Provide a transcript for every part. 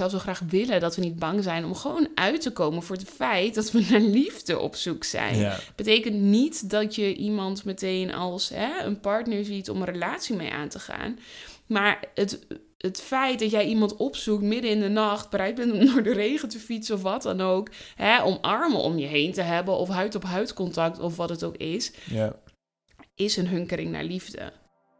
zou zo graag willen dat we niet bang zijn om gewoon uit te komen voor het feit dat we naar liefde op zoek zijn. Ja. Betekent niet dat je iemand meteen als een partner ziet om een relatie mee aan te gaan. Maar het feit dat jij iemand opzoekt midden in de nacht, bereid bent om door de regen te fietsen of wat dan ook, om armen om je heen te hebben of huid-op-huid contact of wat het ook is, is een hunkering naar liefde.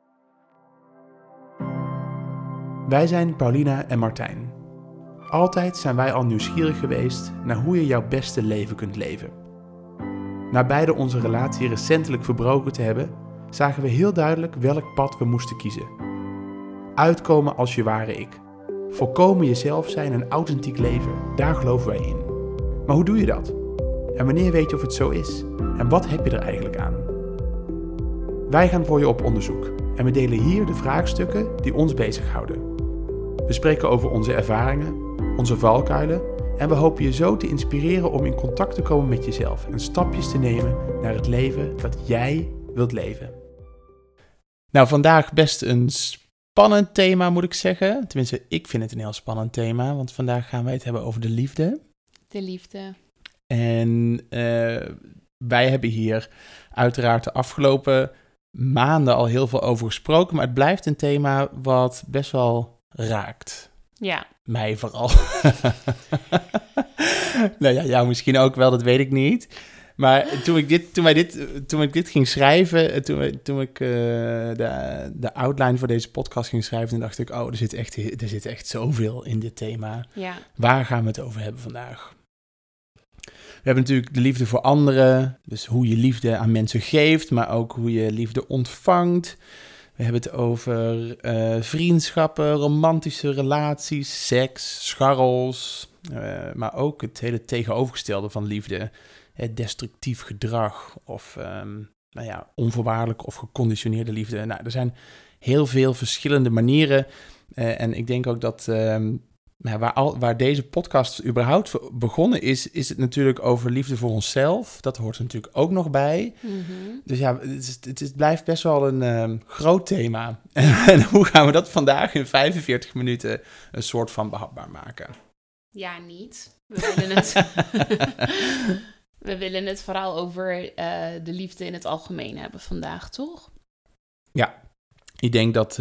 Wij zijn Paulina en Martijn. Altijd zijn wij al nieuwsgierig geweest naar hoe je jouw beste leven kunt leven. Na beide onze relatie recentelijk verbroken te hebben, zagen we heel duidelijk welk pad we moesten kiezen. Uitkomen als je ware ik. Volkomen jezelf zijn en authentiek leven, daar geloven wij in. Maar hoe doe je dat? En wanneer weet je of het zo is? En wat heb je er eigenlijk aan? Wij gaan voor je op onderzoek en we delen hier de vraagstukken die ons bezighouden. We spreken over onze ervaringen, onze valkuilen en we hopen je zo te inspireren om in contact te komen met jezelf en stapjes te nemen naar het leven dat jij wilt leven. Nou, vandaag best een spannend thema, moet ik zeggen. Tenminste, ik vind het een heel spannend thema, want vandaag gaan wij het hebben over de liefde. De liefde. En wij hebben hier uiteraard de afgelopen maanden al heel veel over gesproken, maar het blijft een thema wat best wel raakt. Ja. Mij vooral. Nou ja, jou misschien ook wel, dat weet ik niet. Maar toen ik dit ging schrijven, toen ik de outline voor deze podcast ging schrijven, toen dacht ik, er zit echt zoveel in dit thema. Ja. Waar gaan we het over hebben vandaag? We hebben natuurlijk de liefde voor anderen, dus hoe je liefde aan mensen geeft, maar ook hoe je liefde ontvangt. We hebben het over vriendschappen, romantische relaties, seks, scharrels, maar ook het hele tegenovergestelde van liefde. Destructief gedrag of onvoorwaardelijk of geconditioneerde liefde. Nou, er zijn heel veel verschillende manieren en ik denk ook dat waar deze podcast überhaupt begonnen is het natuurlijk over liefde voor onszelf. Dat hoort er natuurlijk ook nog bij. Mm-hmm. Dus ja, het blijft best wel een groot thema. En hoe gaan we dat vandaag in 45 minuten een soort van behapbaar maken? Ja, niet. We willen het vooral over de liefde in het algemeen hebben vandaag, toch? Ja. Ik denk dat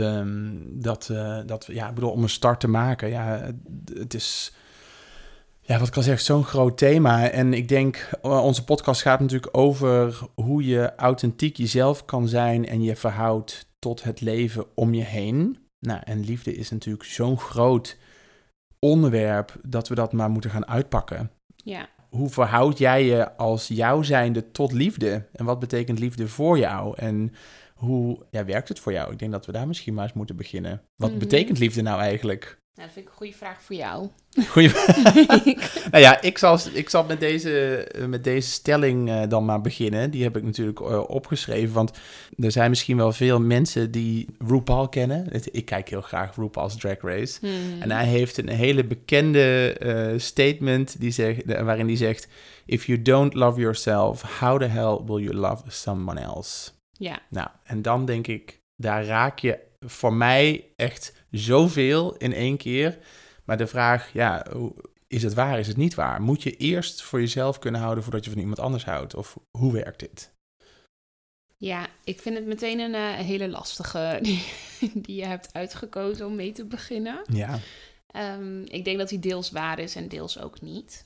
ik bedoel, om een start te maken, het is, wat ik al zeg, zo'n groot thema. En ik denk, onze podcast gaat natuurlijk over hoe je authentiek jezelf kan zijn en je verhoudt tot het leven om je heen. Nou, en liefde is natuurlijk zo'n groot onderwerp dat we dat maar moeten gaan uitpakken. Ja. Hoe verhoud jij je als jou zijnde tot liefde? En wat betekent liefde voor jou? En hoe werkt het voor jou? Ik denk dat we daar misschien maar eens moeten beginnen. Wat betekent liefde nou eigenlijk? Nou, dat vind ik een goede vraag voor jou. Nou ja, ik zal met deze stelling dan maar beginnen. Die heb ik natuurlijk opgeschreven, want er zijn misschien wel veel mensen die RuPaul kennen. Ik kijk heel graag RuPaul's Drag Race. En hij heeft een hele bekende statement waarin hij zegt: If you don't love yourself, how the hell will you love someone else? Ja. Nou, en dan denk ik, daar raak je voor mij echt zoveel in één keer. Maar de vraag, is het waar, is het niet waar? Moet je eerst voor jezelf kunnen houden voordat je van iemand anders houdt? Of hoe werkt dit? Ja, ik vind het meteen een hele lastige die je hebt uitgekozen om mee te beginnen. Ja. Ik denk dat die deels waar is en deels ook niet.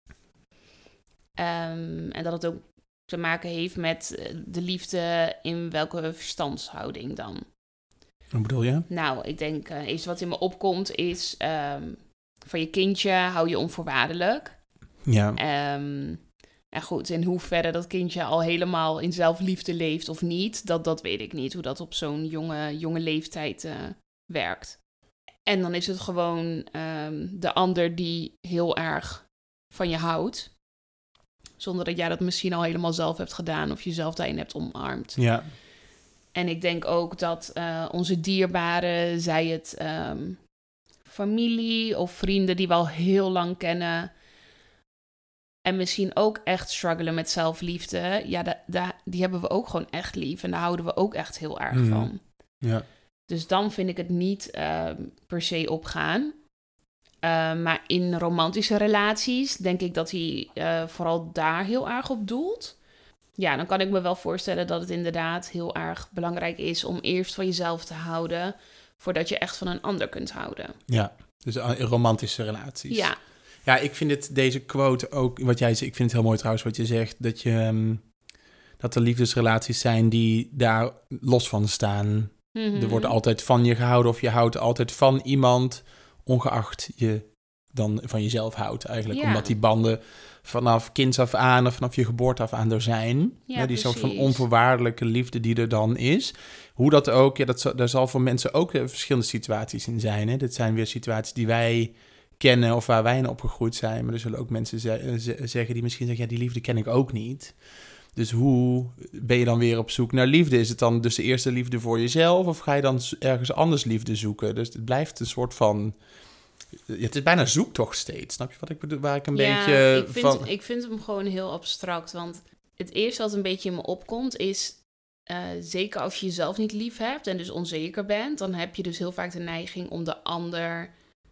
En dat het ook te maken heeft met de liefde in welke verstandshouding dan. Wat bedoel je? Nou, ik denk, eerst wat in me opkomt is, van je kindje hou je onvoorwaardelijk. Ja. En goed, in hoeverre dat kindje al helemaal in zelfliefde leeft of niet, dat weet ik niet. Hoe dat op zo'n jonge leeftijd werkt. En dan is het gewoon de ander die heel erg van je houdt. Zonder dat jij dat misschien al helemaal zelf hebt gedaan of jezelf daarin hebt omarmd. Ja. En ik denk ook dat onze dierbaren, zij het familie of vrienden die we al heel lang kennen en misschien ook echt struggelen met zelfliefde, die hebben we ook gewoon echt lief en daar houden we ook echt heel erg van. Ja. Dus dan vind ik het niet per se opgaan. Maar in romantische relaties denk ik dat hij vooral daar heel erg op doelt. Ja, dan kan ik me wel voorstellen dat het inderdaad heel erg belangrijk is om eerst van jezelf te houden, voordat je echt van een ander kunt houden. Ja, dus in romantische relaties. Ja. Ja, ik vind deze quote ook, wat jij zegt, ik vind het heel mooi trouwens wat je zegt, dat er liefdesrelaties zijn die daar los van staan. Mm-hmm. Er wordt altijd van je gehouden of je houdt altijd van iemand, ongeacht je dan van jezelf houdt eigenlijk. Ja. Omdat die banden vanaf kinds af aan of vanaf je geboorte af aan er zijn. Ja, die soort van precies. onvoorwaardelijke liefde die er dan is. Hoe dat ook, daar zal voor mensen ook verschillende situaties in zijn. Hè? Dit zijn weer situaties die wij kennen of waar wij in opgegroeid zijn. Maar er zullen ook mensen zeggen die misschien zeggen, ja, die liefde ken ik ook niet. Dus hoe ben je dan weer op zoek naar liefde? Is het dan dus de eerste liefde voor jezelf of ga je dan ergens anders liefde zoeken? Dus het blijft een soort van... Het is bijna zoektocht steeds. Snap je wat ik bedoel? Waar ik een beetje van... Ik vind hem gewoon heel abstract. Want het eerste wat een beetje in me opkomt is... zeker als je jezelf niet lief hebt en dus onzeker bent... dan heb je dus heel vaak de neiging om de ander...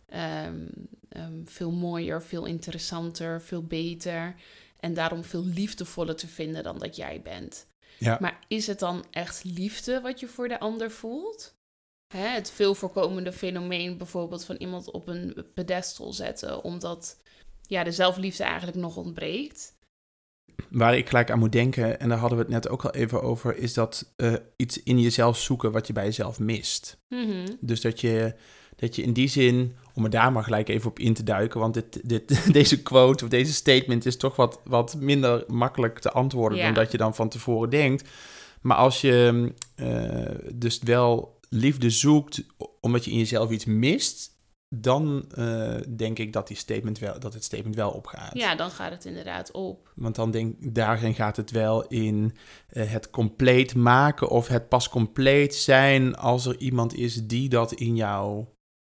veel mooier, veel interessanter, veel beter... en daarom veel liefdevoller te vinden dan dat jij bent. Ja. Maar is het dan echt liefde wat je voor de ander voelt? Het veel voorkomende fenomeen bijvoorbeeld van iemand op een pedestal zetten... omdat de zelfliefde eigenlijk nog ontbreekt. Waar ik gelijk aan moet denken, en daar hadden we het net ook al even over... is dat iets in jezelf zoeken wat je bij jezelf mist. Mm-hmm. Dus dat je in die zin, om er daar maar gelijk even op in te duiken... want deze quote of deze statement is toch wat minder makkelijk te antwoorden... dan dat je dan van tevoren denkt. Maar als je dus wel liefde zoekt omdat je in jezelf iets mist... dan denk ik dat het statement wel opgaat. Ja, dan gaat het inderdaad op. Want dan daarin gaat het wel in het compleet maken... of het pas compleet zijn als er iemand is die dat in jou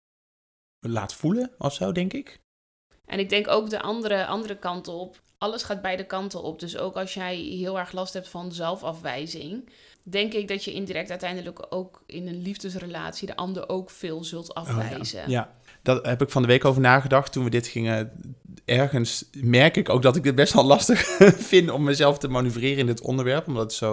laat voelen of zo, denk ik. En ik denk ook de andere kant op. Alles gaat beide kanten op. Dus ook als jij heel erg last hebt van zelfafwijzing... denk ik dat je indirect uiteindelijk ook in een liefdesrelatie... de ander ook veel zult afwijzen. Ja, daar heb ik van de week over nagedacht toen we dit gingen. Ergens merk ik ook dat ik het best wel lastig vind om mezelf te manoeuvreren in dit onderwerp. Omdat het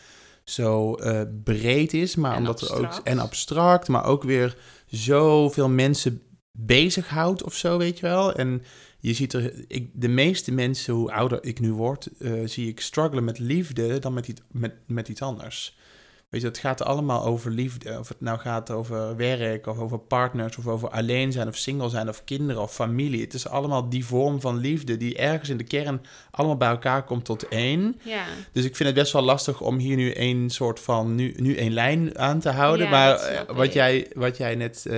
zo breed is, maar omdat er ook en abstract, maar ook weer zoveel mensen bezighoudt of zo, weet je wel. En je ziet de meeste mensen, hoe ouder ik nu word, zie ik struggelen met liefde dan met iets anders. Weet je, het gaat allemaal over liefde. Of het nou gaat over werk, of over partners, of over alleen zijn, of single zijn, of kinderen, of familie. Het is allemaal die vorm van liefde die ergens in de kern allemaal bij elkaar komt tot één. Ja. Dus ik vind het best wel lastig om hier nu een soort van, nu één lijn aan te houden. Ja, maar wat jij net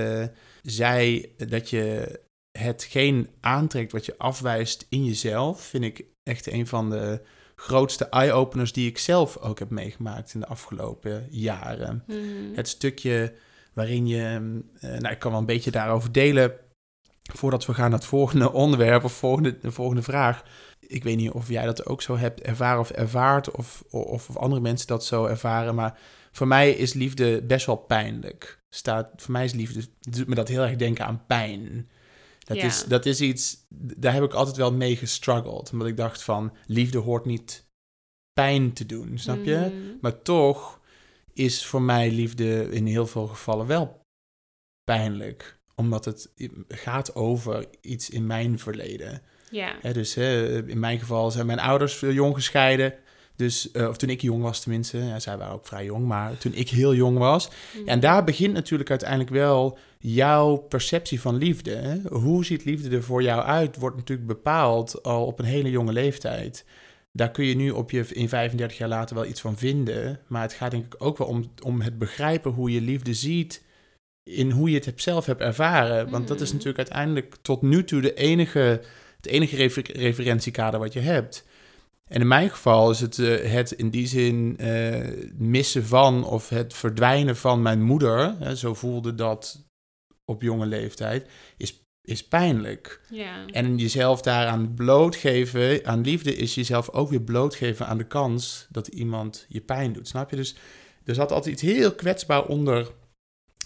zei, dat je hetgeen aantrekt wat je afwijst in jezelf, vind ik echt een van de grootste eye-openers die ik zelf ook heb meegemaakt in de afgelopen jaren. Mm-hmm. Het stukje waarin je... ik kan wel een beetje daarover delen voordat we gaan naar het volgende onderwerp of de volgende vraag. Ik weet niet of jij dat ook zo hebt ervaren of ervaart of andere mensen dat zo ervaren, maar voor mij is liefde best wel pijnlijk. Voor mij is liefde, doet me dat heel erg denken aan pijn. Dat is iets, daar heb ik altijd wel mee gestruggeld. Omdat ik dacht van, liefde hoort niet pijn te doen, snap je? Mm. Maar toch is voor mij liefde in heel veel gevallen wel pijnlijk. Omdat het gaat over iets in mijn verleden. Ja. Dus in mijn geval zijn mijn ouders jong gescheiden. Dus, of toen ik jong was tenminste. Ja, zij waren ook vrij jong, maar toen ik heel jong was. Mm. Ja, en daar begint natuurlijk uiteindelijk wel jouw perceptie van liefde. Hè? Hoe ziet liefde er voor jou uit? Wordt natuurlijk bepaald al op een hele jonge leeftijd. Daar kun je nu in 35 jaar later wel iets van vinden. Maar het gaat denk ik ook wel om het begrijpen hoe je liefde ziet in hoe je het zelf hebt ervaren. Want dat is natuurlijk uiteindelijk tot nu toe het enige referentiekader wat je hebt. En in mijn geval is het in die zin missen van of het verdwijnen van mijn moeder, zo voelde dat op jonge leeftijd, is pijnlijk. Ja. En jezelf daaraan blootgeven, aan liefde, is jezelf ook weer blootgeven aan de kans dat iemand je pijn doet, snap je? Dus er zat altijd iets heel kwetsbaar onder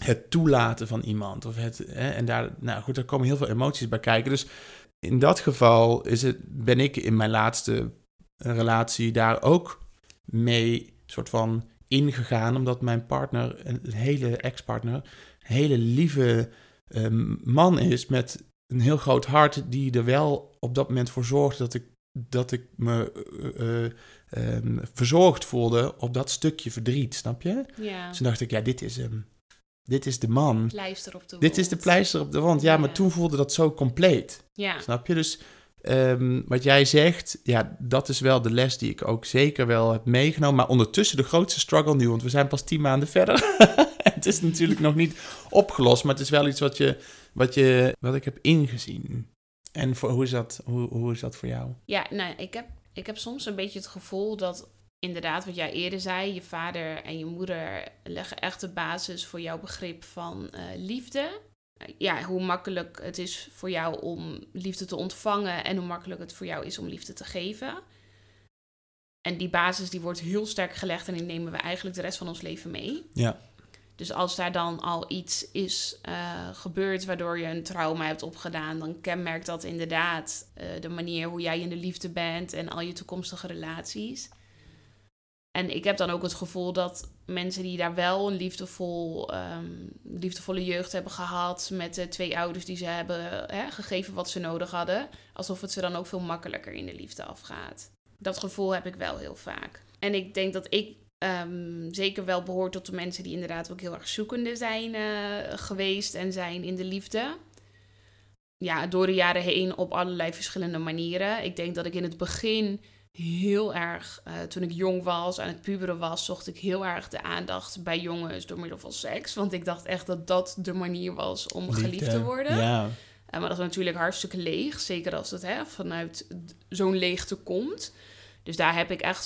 het toelaten van iemand. Of en daar, daar komen heel veel emoties bij kijken. Dus in dat geval ben ik in mijn laatste relatie daar ook mee soort van ingegaan, omdat mijn partner, een hele ex-partner, een hele lieve man is met een heel groot hart, die er wel op dat moment voor zorgde dat ik me verzorgd voelde op dat stukje verdriet, snap je? Ja. Dus toen dacht ik, ja, dit is hem. Dit is de man. Pleister op de wond. Dit is de pleister op de wond. Ja, maar toen voelde dat zo compleet. Ja. Snap je? Dus wat jij zegt, ja, dat is wel de les die ik ook zeker wel heb meegenomen. Maar ondertussen de grootste struggle nu, want we zijn pas 10 maanden verder. Het is natuurlijk nog niet opgelost, maar het is wel iets wat ik heb ingezien. En hoe is dat voor jou? Ja, nou, ik heb soms een beetje het gevoel dat inderdaad, wat jij eerder zei, je vader en je moeder leggen echt de basis voor jouw begrip van liefde. Ja, hoe makkelijk het is voor jou om liefde te ontvangen en hoe makkelijk het voor jou is om liefde te geven. En die basis die wordt heel sterk gelegd en die nemen we eigenlijk de rest van ons leven mee. Ja. Dus als daar dan al iets is gebeurd waardoor je een trauma hebt opgedaan, dan kenmerkt dat inderdaad de manier hoe jij in de liefde bent en al je toekomstige relaties. En ik heb dan ook het gevoel dat mensen die daar wel een liefdevolle jeugd hebben gehad met de 2 ouders die ze hebben gegeven wat ze nodig hadden, alsof het ze dan ook veel makkelijker in de liefde afgaat. Dat gevoel heb ik wel heel vaak. En ik denk dat ik zeker wel behoor tot de mensen die inderdaad ook heel erg zoekende zijn geweest en zijn in de liefde. Ja, door de jaren heen op allerlei verschillende manieren. Ik denk dat ik in het begin heel erg, toen ik jong was, aan het puberen was, zocht ik heel erg de aandacht bij jongens door middel van seks. Want ik dacht echt dat dat de manier was om geliefd te worden. Ja. Maar dat is natuurlijk hartstikke leeg. Zeker als het vanuit zo'n leegte komt. Dus daar heb ik echt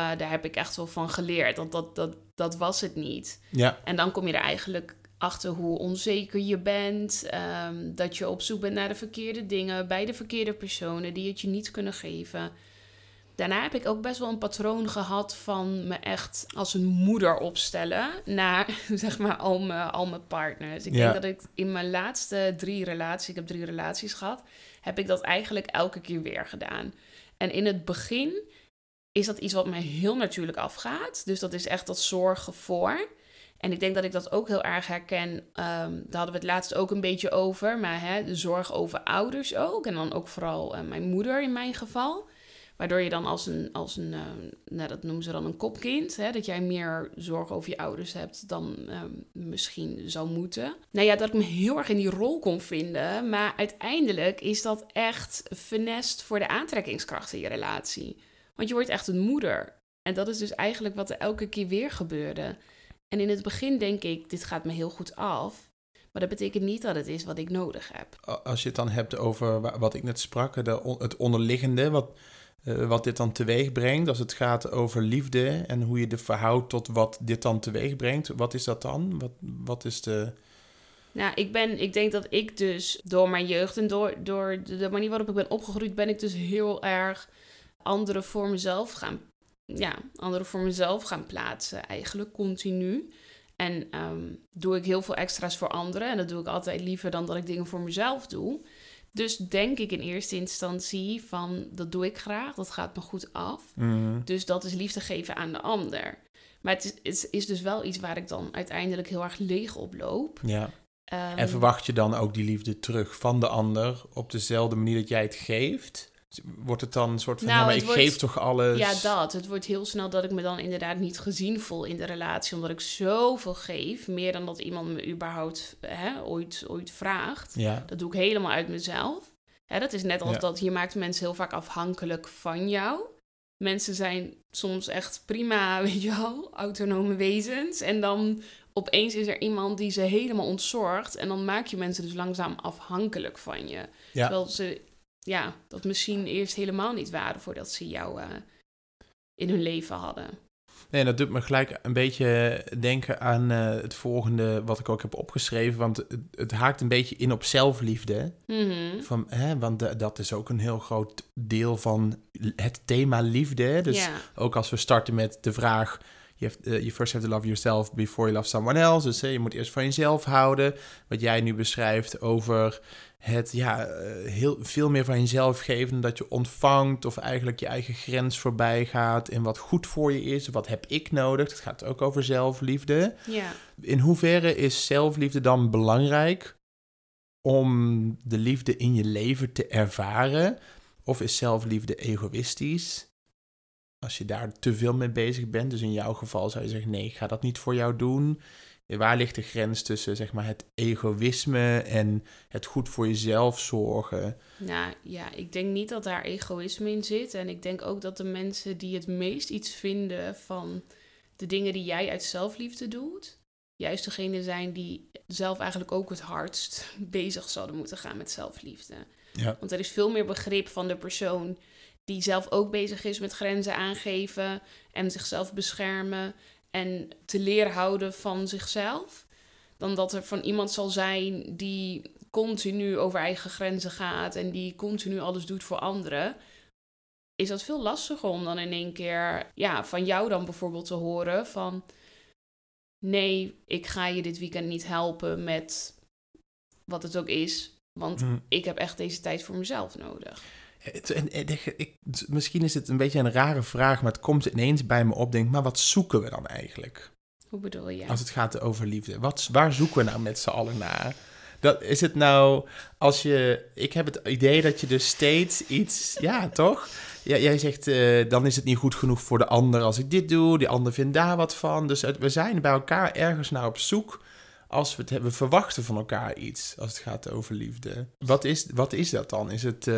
wel van geleerd. Dat was het niet. Ja. En dan kom je er eigenlijk achter hoe onzeker je bent. Dat je op zoek bent naar de verkeerde dingen bij de verkeerde personen die het je niet kunnen geven. Daarna heb ik ook best wel een patroon gehad van me echt als een moeder opstellen naar, zeg maar, al mijn partners. Ik denk dat ik in mijn laatste 3 relaties, ik heb 3 relaties gehad, heb ik dat eigenlijk elke keer weer gedaan. En in het begin is dat iets wat mij heel natuurlijk afgaat. Dus dat is echt dat zorgen voor. En ik denk dat ik dat ook heel erg herken. Daar hadden we het laatst ook een beetje over. Maar de zorg over ouders ook. En dan ook vooral mijn moeder in mijn geval. Waardoor je dan als een dat noemen ze dan een kopkind. Dat jij meer zorg over je ouders hebt dan misschien zou moeten. Nou ja, dat ik me heel erg in die rol kon vinden. Maar uiteindelijk is dat echt funest voor de aantrekkingskracht in je relatie. Want je wordt echt een moeder. En dat is dus eigenlijk wat er elke keer weer gebeurde. En in het begin denk ik, dit gaat me heel goed af. Maar dat betekent niet dat het is wat ik nodig heb. Als je het dan hebt over wat ik net sprak, het onderliggende, wat dit dan teweeg brengt, als het gaat over liefde en hoe je je verhoudt tot wat dit dan teweeg brengt, wat is dat dan? Wat is de... Nou, ik denk dat ik dus door mijn jeugd en door de manier waarop ik ben opgegroeid, ben ik dus heel erg anderen voor mezelf gaan plaatsen, eigenlijk continu. En doe ik heel veel extra's voor anderen. En dat doe ik altijd liever dan dat ik dingen voor mezelf doe. Dus denk ik in eerste instantie van, dat doe ik graag, dat gaat me goed af. Mm-hmm. Dus dat is liefde geven aan de ander. Maar het is dus wel iets waar ik dan uiteindelijk heel erg leeg op loop. Ja. En verwacht je dan ook die liefde terug van de ander op dezelfde manier dat jij het geeft? Wordt het dan een soort van, maar geef toch alles? Ja, het wordt heel snel dat ik me dan inderdaad niet gezien voel in de relatie, omdat ik zoveel geef, meer dan dat iemand me überhaupt ooit vraagt. Ja. Dat doe ik helemaal uit mezelf. Dat is net als dat je maakt mensen heel vaak afhankelijk van jou. Mensen zijn soms echt prima, weet je wel, autonome wezens. En dan opeens is er iemand die ze helemaal ontzorgt. En dan maak je mensen dus langzaam afhankelijk van je. Ja. Terwijl ze dat misschien eerst helemaal niet waren voordat ze jou in hun leven hadden. Nee, dat doet me gelijk een beetje denken aan het volgende wat ik ook heb opgeschreven. Want het haakt een beetje in op zelfliefde. Mm-hmm. Want dat is ook een heel groot deel van het thema liefde. Dus ook als we starten met de vraag, you first have to love yourself before you love someone else. Dus je moet eerst van jezelf houden. Wat jij nu beschrijft over het heel veel meer van jezelf geven dat je ontvangt of eigenlijk je eigen grens voorbij gaat en wat goed voor je is. Wat heb ik nodig? Het gaat ook over zelfliefde. Ja. In hoeverre is zelfliefde dan belangrijk om de liefde in je leven te ervaren? Of is zelfliefde egoïstisch? Als je daar te veel mee bezig bent, dus in jouw geval zou je zeggen, nee, ik ga dat niet voor jou doen. Waar ligt de grens tussen zeg maar, het egoïsme en het goed voor jezelf zorgen? Nou ja, ik denk niet dat daar egoïsme in zit. En ik denk ook dat de mensen die het meest iets vinden van de dingen die jij uit zelfliefde doet, juist degene zijn die zelf eigenlijk ook het hardst bezig zouden moeten gaan met zelfliefde. Ja. Want er is veel meer begrip van de persoon die zelf ook bezig is met grenzen aangeven en zichzelf beschermen en te leren houden van zichzelf, dan dat er van iemand zal zijn die continu over eigen grenzen gaat en die continu alles doet voor anderen. Is dat veel lastiger om dan in één keer van jou dan bijvoorbeeld te horen van nee, ik ga je dit weekend niet helpen met wat het ook is, want ik heb echt deze tijd voor mezelf nodig. Misschien is het een beetje een rare vraag, maar het komt ineens bij me op. Denk, maar wat zoeken we dan eigenlijk? Hoe bedoel je? Als het gaat over liefde. Waar zoeken we nou met z'n allen naar? Is het nou, ik heb het idee dat je dus steeds iets, ja toch? Ja, jij zegt, dan is het niet goed genoeg voor de ander als ik dit doe. Die ander vindt daar wat van. Dus we zijn bij elkaar ergens naar op zoek als we het hebben, verwachten van elkaar iets als het gaat over liefde. Wat is dat dan? Is het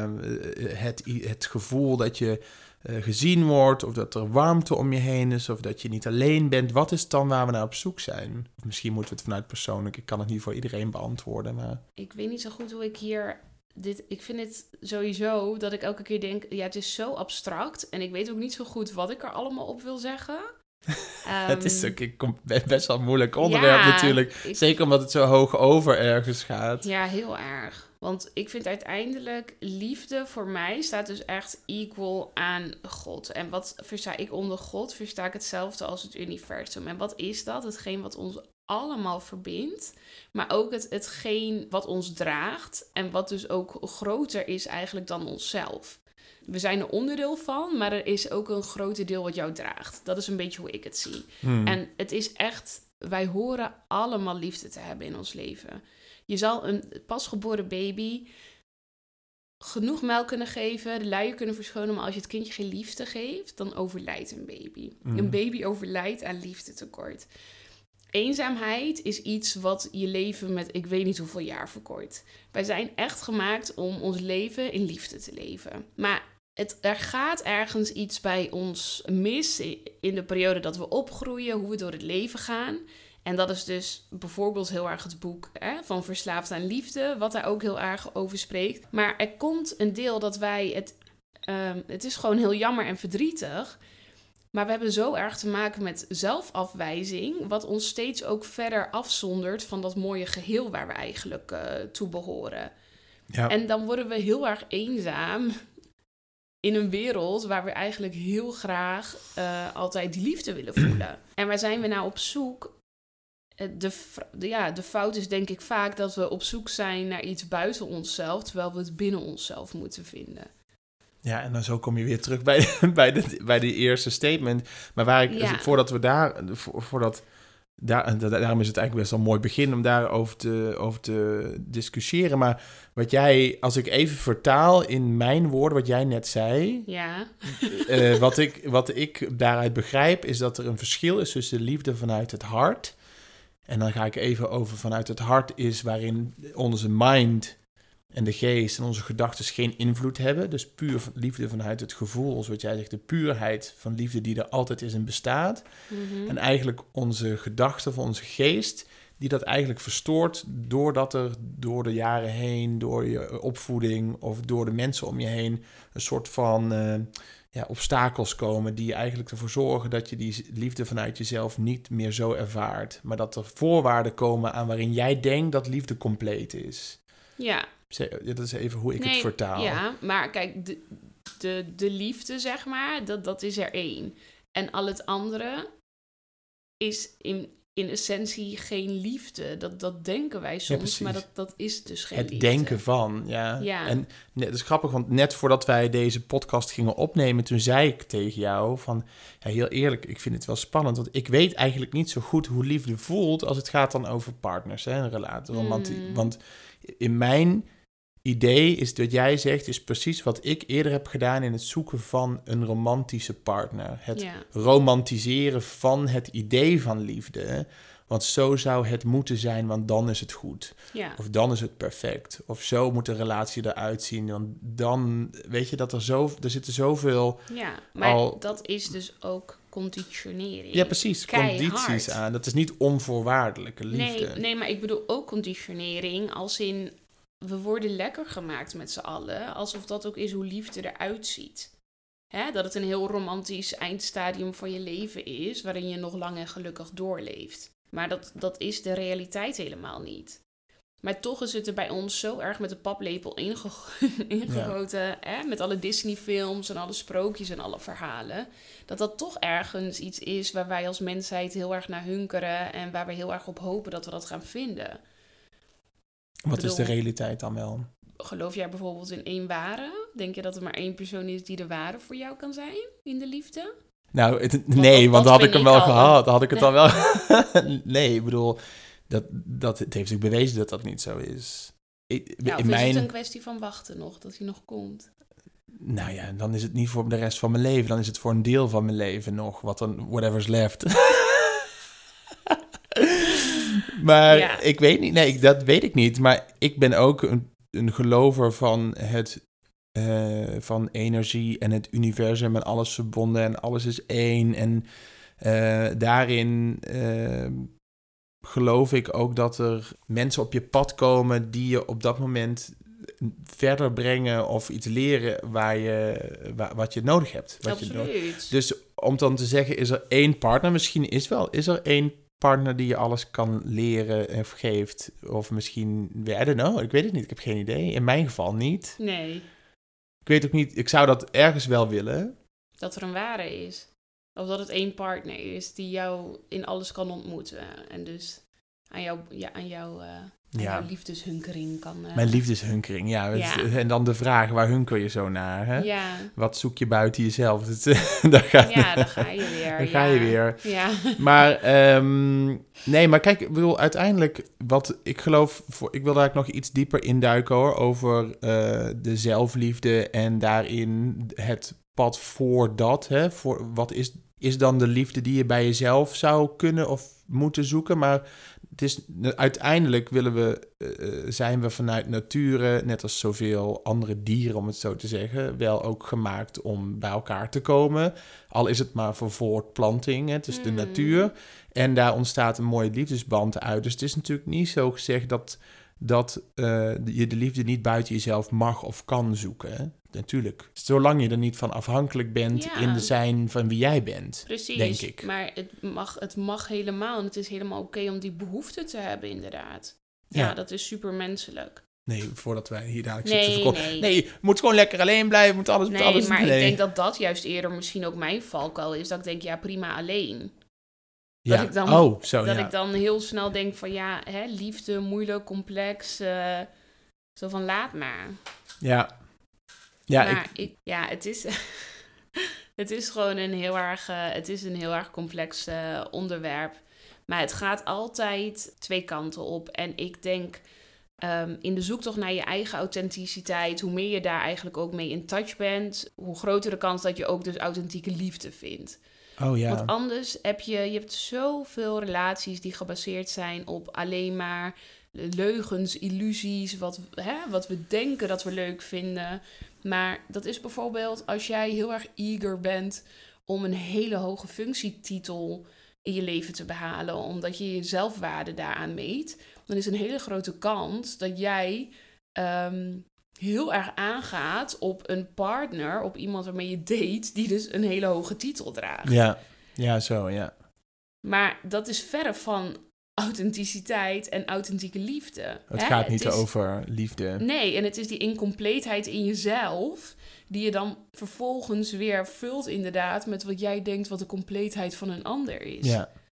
het gevoel dat je gezien wordt, of dat er warmte om je heen is, of dat je niet alleen bent? Wat is het dan waar we naar op zoek zijn? Of misschien moeten we het vanuit persoonlijk, ik kan het niet voor iedereen beantwoorden, maar ik weet niet zo goed hoe ik hier ik vind het sowieso dat ik elke keer denk, het is zo abstract en ik weet ook niet zo goed wat ik er allemaal op wil zeggen. Het is ook best wel een moeilijk onderwerp natuurlijk. Zeker omdat het zo hoog over ergens gaat. Ja, heel erg. Want ik vind uiteindelijk liefde voor mij staat dus echt equal aan God. En wat versta ik onder God? Versta ik hetzelfde als het universum. En wat is dat? Hetgeen wat ons allemaal verbindt. Maar ook hetgeen wat ons draagt. En wat dus ook groter is eigenlijk dan onszelf. We zijn er onderdeel van, maar er is ook een groter deel wat jou draagt. Dat is een beetje hoe ik het zie. En het is echt, wij horen allemaal liefde te hebben in ons leven. Je zal een pasgeboren baby genoeg melk kunnen geven, de luier kunnen verschonen, maar als je het kindje geen liefde geeft, dan overlijdt een baby. Een baby overlijdt aan liefdetekort. Eenzaamheid is iets wat je leven met ik weet niet hoeveel jaar verkort. Wij zijn echt gemaakt om ons leven in liefde te leven. Maar er gaat ergens iets bij ons mis in de periode dat we opgroeien, hoe we door het leven gaan. En dat is dus bijvoorbeeld heel erg het boek van Verslaafd aan Liefde, wat daar ook heel erg over spreekt. Maar er komt een deel dat wij het is gewoon heel jammer en verdrietig. Maar we hebben zo erg te maken met zelfafwijzing, wat ons steeds ook verder afzondert van dat mooie geheel waar we eigenlijk toe behoren. Ja. En dan worden we heel erg eenzaam in een wereld waar we eigenlijk heel graag altijd die liefde willen voelen. En waar zijn we nou op zoek? De fout is denk ik vaak dat we op zoek zijn naar iets buiten onszelf, terwijl we het binnen onszelf moeten vinden. Ja, en dan zo kom je weer terug bij die eerste statement. Maar daarom is het eigenlijk best wel een mooi begin om daarover te discussiëren. Maar als ik even vertaal in mijn woorden wat jij net zei. Ja. Wat ik daaruit begrijp is dat er een verschil is tussen liefde vanuit het hart. En dan ga ik even over vanuit het hart is waarin onze mind en de geest en onze gedachten geen invloed hebben. Dus puur liefde vanuit het gevoel, zoals wat jij zegt, de puurheid van liefde die er altijd is en bestaat. Mm-hmm. En eigenlijk onze gedachten van onze geest, die dat eigenlijk verstoort doordat er door de jaren heen, door je opvoeding of door de mensen om je heen, een soort van obstakels komen die eigenlijk ervoor zorgen dat je die liefde vanuit jezelf niet meer zo ervaart. Maar dat er voorwaarden komen aan waarin jij denkt dat liefde compleet is. Ja. Dat is even hoe ik het vertaal. Ja, maar kijk, de liefde, zeg maar, dat is er één. En al het andere is in essentie geen liefde. Dat denken wij soms, maar dat is dus geen liefde. Het denken van, ja. En het is grappig, want net voordat wij deze podcast gingen opnemen, toen zei ik tegen jou van, ja, heel eerlijk, ik vind het wel spannend, want ik weet eigenlijk niet zo goed hoe liefde voelt als het gaat dan over partners, hè, een relatie. Want in mijn idee is dat jij zegt, is precies wat ik eerder heb gedaan in het zoeken van een romantische partner. Het romantiseren van het idee van liefde. Want zo zou het moeten zijn, want dan is het goed. Ja. Of dan is het perfect. Of zo moet de relatie eruit zien. Want dan, weet je, er zitten zoveel... Ja, maar dat is dus ook conditionering. Ja, precies. Keihard. Condities aan. Dat is niet onvoorwaardelijke liefde. Nee, maar ik bedoel ook conditionering als in... We worden lekker gemaakt met z'n allen, alsof dat ook is hoe liefde eruit ziet. Hè? Dat het een heel romantisch eindstadium van je leven is, waarin je nog lang en gelukkig doorleeft. Maar dat is de realiteit helemaal niet. Maar toch is het er bij ons zo erg met de paplepel ingegoten, hè? Met alle Disney-films en alle sprookjes en alle verhalen, dat toch ergens iets is waar wij als mensheid heel erg naar hunkeren en waar we heel erg op hopen dat we dat gaan vinden. Wat is de realiteit dan wel? Geloof jij bijvoorbeeld in één ware? Denk je dat er maar één persoon is die de ware voor jou kan zijn in de liefde? Nou, nee, want dan had ik hem wel gehad. Dan had ik het dan wel... Nee, ik bedoel, het heeft zich bewezen dat dat niet zo is. Of is het een kwestie van wachten nog, dat hij nog komt? Nou ja, dan is het niet voor de rest van mijn leven. Dan is het voor een deel van mijn leven nog. Whatever's left. Maar ik weet niet. Nee, dat weet ik niet. Maar ik ben ook een gelover van van energie en het universum en alles verbonden en alles is één. En daarin geloof ik ook dat er mensen op je pad komen die je op dat moment verder brengen of iets leren wat je nodig hebt. Absoluut. Dus om dan te zeggen, is er één partner? Misschien is er één partner die je alles kan leren of geeft. Of misschien, I don't know, ik weet het niet. Ik heb geen idee. In mijn geval niet. Nee. Ik weet ook niet, ik zou dat ergens wel willen. Dat er een ware is. Of dat het één partner is die jou in alles kan ontmoeten. En dus aan jouw liefdeshunkering kan... Mijn liefdeshunkering, ja. En dan de vraag, waar hunker je zo naar? Hè? Ja. Wat zoek je buiten jezelf? Dan ga je weer. Dan ga je weer. Ja. Maar, nee, maar kijk, ik bedoel, uiteindelijk, wat ik geloof... ik wil daar eigenlijk nog iets dieper induiken, hoor, over de zelfliefde en daarin het pad voor dat. Hè? Voor, wat is dan de liefde die je bij jezelf zou kunnen of moeten zoeken? Maar het is, uiteindelijk zijn we vanuit nature, net als zoveel andere dieren, om het zo te zeggen, wel ook gemaakt om bij elkaar te komen. Al is het maar voor voortplanting, het is de natuur. En daar ontstaat een mooie liefdesband uit. Dus het is natuurlijk niet zo gezegd dat je de liefde niet buiten jezelf mag of kan zoeken. Hè? Natuurlijk. Zolang je er niet van afhankelijk bent in de zijn van wie jij bent. Precies, denk ik. Maar het mag helemaal. En het is helemaal oké om die behoefte te hebben, inderdaad. Ja, dat is super menselijk. Nee, voordat wij hier dadelijk zitten verkopen. Nee, je moet gewoon lekker alleen blijven. Moet alles. Maar ik denk dat juist eerder misschien ook mijn valkuil is. Dat ik denk, ja, prima alleen. Ja. Ik dan heel snel denk van, liefde, moeilijk, complex. Zo van, laat maar. Ja. Het is... het is gewoon een heel erg complex onderwerp. Maar het gaat altijd twee kanten op. En ik denk, in de zoektocht naar je eigen authenticiteit, hoe meer je daar eigenlijk ook mee in touch bent, hoe groter de kans dat je ook dus authentieke liefde vindt. Oh ja. Want anders heb je hebt zoveel relaties die gebaseerd zijn op alleen maar leugens, illusies, wat we denken dat we leuk vinden. Maar dat is bijvoorbeeld als jij heel erg eager bent om een hele hoge functietitel in je leven te behalen, omdat je je zelfwaarde daaraan meet, dan is een hele grote kans dat jij heel erg aangaat op een partner, op iemand waarmee je date, die dus een hele hoge titel draagt. Ja, zo, ja. Maar dat is verre van authenticiteit en authentieke liefde. Het gaat niet over liefde. Nee, en het is die incompleetheid in jezelf die je dan vervolgens weer vult inderdaad met wat jij denkt wat de compleetheid van een ander is. Ja.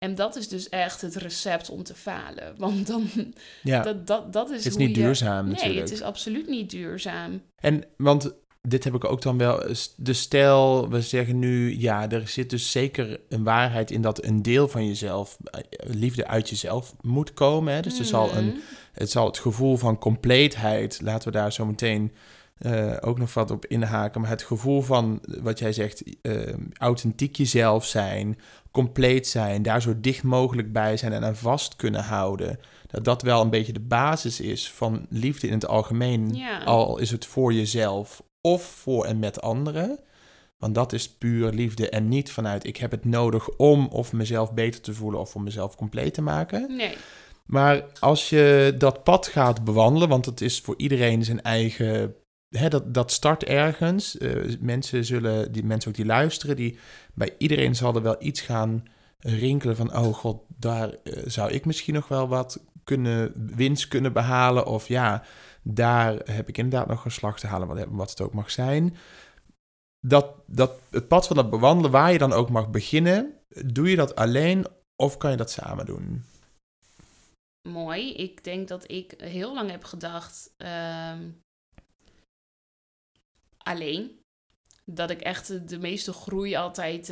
En dat is dus echt het recept om te falen. Want dan, Ja, dat is het is hoe niet duurzaam Nee, natuurlijk. het is absoluut niet duurzaam. En, want dit heb ik ook dan wel, de stel, we zeggen nu, ja, er zit dus zeker een waarheid in dat een deel van jezelf, liefde uit jezelf moet komen. Hè? Dus het zal het gevoel van compleetheid, laten we daar zo meteen ook nog wat op inhaken, maar het gevoel van, wat jij zegt, authentiek jezelf zijn, compleet zijn, daar zo dicht mogelijk bij zijn en aan vast kunnen houden, dat wel een beetje de basis is van liefde in het algemeen, Ja. al is het voor jezelf of voor en met anderen. Want dat is puur liefde en niet vanuit ik heb het nodig om of mezelf beter te voelen of om mezelf compleet te maken. Nee. Maar als je dat pad gaat bewandelen, want het is voor iedereen zijn eigen, dat start ergens. Mensen ook die luisteren, bij iedereen zal er wel iets gaan rinkelen van, oh god, daar zou ik misschien nog wel wat winst kunnen behalen. Of ja, daar heb ik inderdaad nog een slag te halen, wat het ook mag zijn. Het pad van dat bewandelen, waar je dan ook mag beginnen, doe je dat alleen of kan je dat samen doen? Mooi. Ik denk dat ik heel lang heb gedacht alleen. Dat ik echt de meeste groei altijd,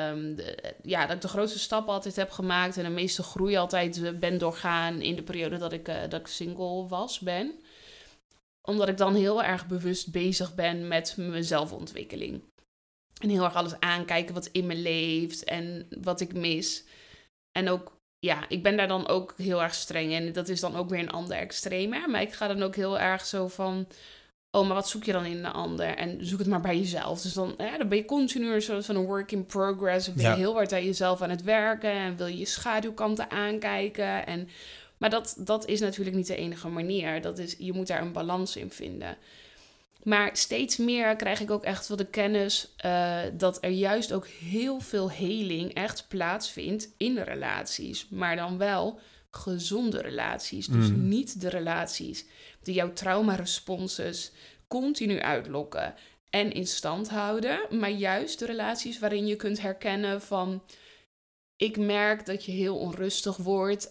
dat ik de grootste stappen altijd heb gemaakt en de meeste groei altijd ben doorgaan in de periode dat ik single ben. Omdat ik dan heel erg bewust bezig ben met mijn zelfontwikkeling. En heel erg alles aankijken wat in me leeft en wat ik mis. En ook, ja, ik ben daar dan ook heel erg streng in. Dat is dan ook weer een ander extreem. Hè? Maar ik ga dan ook heel erg zo van, oh, maar wat zoek je dan in een ander? En zoek het maar bij jezelf. Dus dan ben je continu een soort van een work in progress. Dan ben je heel hard aan jezelf aan het werken en wil je schaduwkanten aankijken. Maar dat is natuurlijk niet de enige manier. Je moet daar een balans in vinden. Maar steeds meer krijg ik ook echt wel de kennis dat er juist ook heel veel heling echt plaatsvindt in relaties. Maar dan wel gezonde relaties. Dus niet de relaties die jouw traumaresponses continu uitlokken en in stand houden. Maar juist de relaties waarin je kunt herkennen van, ik merk dat je heel onrustig wordt